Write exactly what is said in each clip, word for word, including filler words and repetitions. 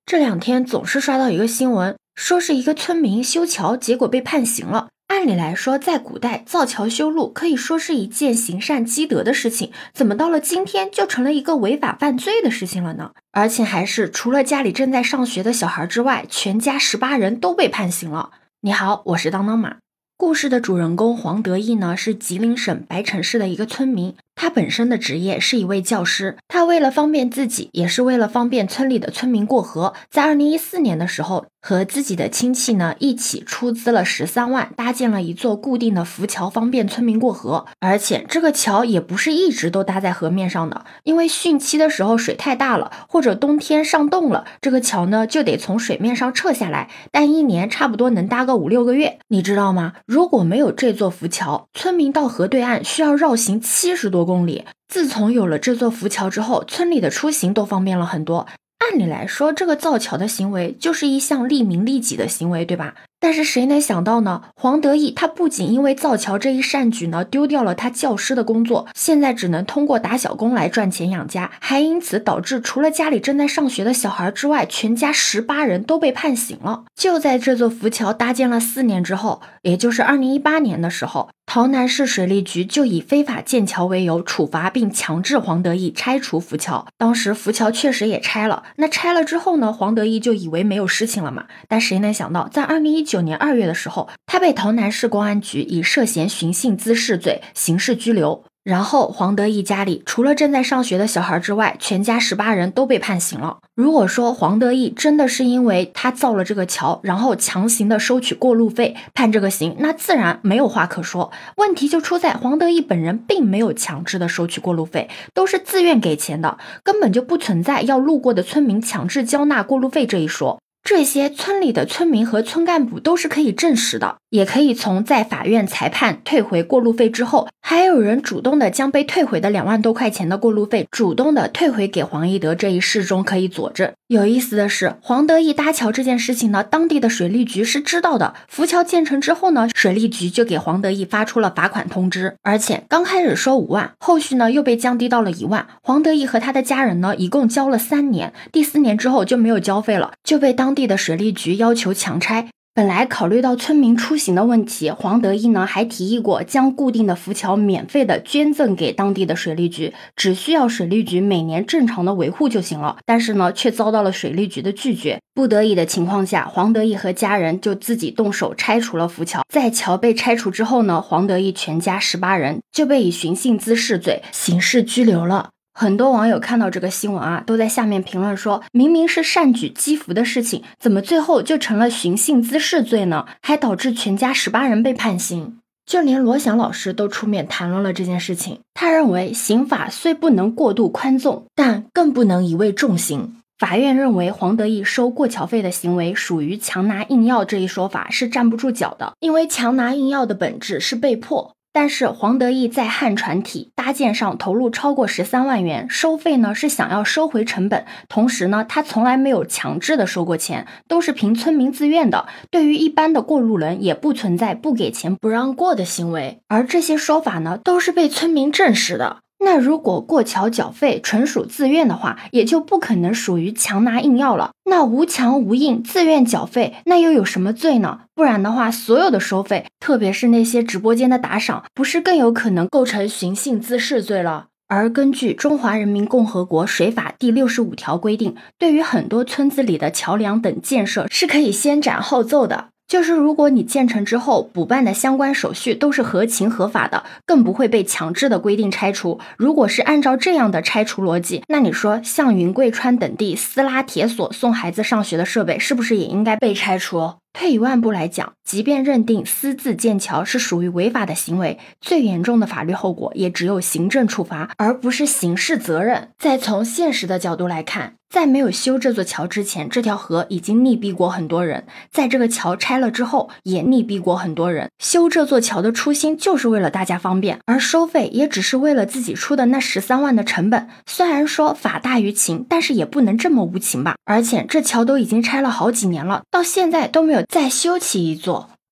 这两天总是刷到一个新闻，说是一个村民修桥，结果被判刑了。按理来说，在古代造桥修路可以说是一件行善积德的事情，怎么到了今天就成了一个违法犯罪的事情了呢？而且还是除了家里正在上学的小孩之外，全家十八人都被判刑了。你好，我是当当马。故事的主人公黄德义呢，是吉林省白城市的一个村民，他本身的职业是一位教师。他为了方便自己，也是为了方便村里的村民过河，在二零一四年的时候，和自己的亲戚呢一起出资了十三万，搭建了一座固定的浮桥，方便村民过河。而且这个桥也不是一直都搭在河面上的，因为汛期的时候水太大了，或者冬天上冻了，这个桥呢就得从水面上撤下来，但一年差不多能搭个五六个月。你知道吗？如果没有这座浮桥，村民到河对岸需要绕行七十多公里。自从有了这座浮桥之后，村里的出行都方便了很多。按理来说，这个造桥的行为就是一项利民利己的行为，对吧？但是谁能想到呢？黄德义他不仅因为造桥这一善举呢，丢掉了他教师的工作，现在只能通过打小工来赚钱养家，还因此导致除了家里正在上学的小孩之外，全家十八人都被判刑了。就在这座浮桥搭建了四年之后，也就是二零一八年的时候，洮南市水利局就以非法建桥为由处罚并强制黄德义拆除浮桥。当时浮桥确实也拆了，那拆了之后呢，黄德义就以为没有事情了嘛。但谁能想到，在二零一九年二月的时候，他被洮南市公安局以涉嫌寻衅滋事罪刑事拘留。然后黄德义家里除了正在上学的小孩之外，全家十八人都被判刑了。如果说黄德义真的是因为他造了这个桥，然后强行的收取过路费判这个刑，那自然没有话可说。问题就出在黄德义本人并没有强制的收取过路费，都是自愿给钱的，根本就不存在要路过的村民强制交纳过路费这一说。这些村里的村民和村干部都是可以证实的，也可以从在法院裁判退回过路费之后，还有人主动的将被退回的两万多块钱的过路费主动的退回给黄义德这一事中可以佐证。有意思的是，黄德义搭桥这件事情呢，当地的水利局是知道的。浮桥建成之后呢，水利局就给黄德义发出了罚款通知，而且刚开始收五万，后续呢又被降低到了一万。黄德义和他的家人呢，一共交了三年，第四年之后就没有交费了，就被当地的水利局要求强拆。本来考虑到村民出行的问题，黄德义呢还提议过将固定的浮桥免费的捐赠给当地的水利局，只需要水利局每年正常的维护就行了。但是呢，却遭到了水利局的拒绝。不得已的情况下，黄德义和家人就自己动手拆除了浮桥。在桥被拆除之后呢，黄德义全家十八人就被以寻衅滋事罪刑事拘留了。很多网友看到这个新闻啊，都在下面评论说，明明是善举积福的事情，怎么最后就成了寻衅滋事罪呢？还导致全家十八人被判刑。就连罗翔老师都出面谈论了这件事情，他认为刑法虽不能过度宽纵，但更不能一味重刑。法院认为黄德义收过桥费的行为属于强拿硬要，这一说法是站不住脚的，因为强拿硬要的本质是被迫。但是黄德义在汉船体搭建上投入超过十三万元，收费呢是想要收回成本，同时呢他从来没有强制的收过钱，都是凭村民自愿的。对于一般的过路人也不存在不给钱不让过的行为，而这些说法呢都是被村民证实的。那如果过桥缴费纯属自愿的话，也就不可能属于强拿硬要了。那无强无硬自愿缴费，那又有什么罪呢？不然的话，所有的收费，特别是那些直播间的打赏，不是更有可能构成寻衅滋事罪了？而根据《中华人民共和国水法》第六十五条规定，对于很多村子里的桥梁等建设是可以先斩后奏的。就是如果你建成之后补办的相关手续都是合情合法的，更不会被强制的规定拆除。如果是按照这样的拆除逻辑，那你说像云贵川等地私拉铁索送孩子上学的设备是不是也应该被拆除？退一万步来讲，即便认定私自建桥是属于违法的行为，最严重的法律后果也只有行政处罚，而不是刑事责任。再从现实的角度来看，在没有修这座桥之前，这条河已经溺毙过很多人，在这个桥拆了之后也溺毙过很多人。修这座桥的初心就是为了大家方便，而收费也只是为了自己出的那十三万的成本。虽然说法大于情，但是也不能这么无情吧。而且这桥都已经拆了好几年了，到现在都没有再修起一座。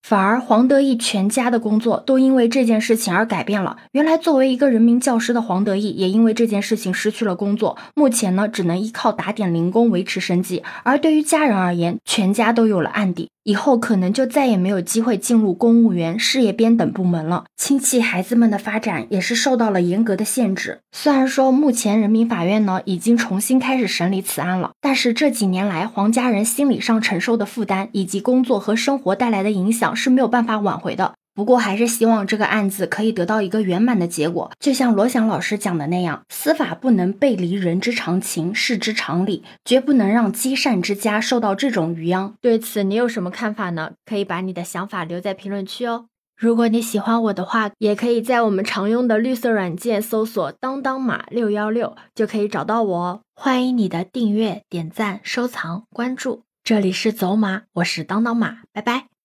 反而黄德义全家的工作都因为这件事情而改变了。原来作为一个人民教师的黄德义也因为这件事情失去了工作，目前呢只能依靠打点零工维持生计。而对于家人而言，全家都有了案底，以后可能就再也没有机会进入公务员、事业编等部门了。亲戚孩子们的发展也是受到了严格的限制。虽然说目前人民法院呢已经重新开始审理此案了，但是这几年来黄家人心理上承受的负担以及工作和生活带来的影响是没有办法挽回的。不过还是希望这个案子可以得到一个圆满的结果，就像罗翔老师讲的那样，司法不能背离人之常情、事之常理，绝不能让积善之家受到这种余殃。对此你有什么看法呢？可以把你的想法留在评论区哦。如果你喜欢我的话，也可以在我们常用的绿色软件搜索当当马六一六就可以找到我哦。欢迎你的订阅、点赞、收藏、关注。这里是走马，我是当当马，拜拜。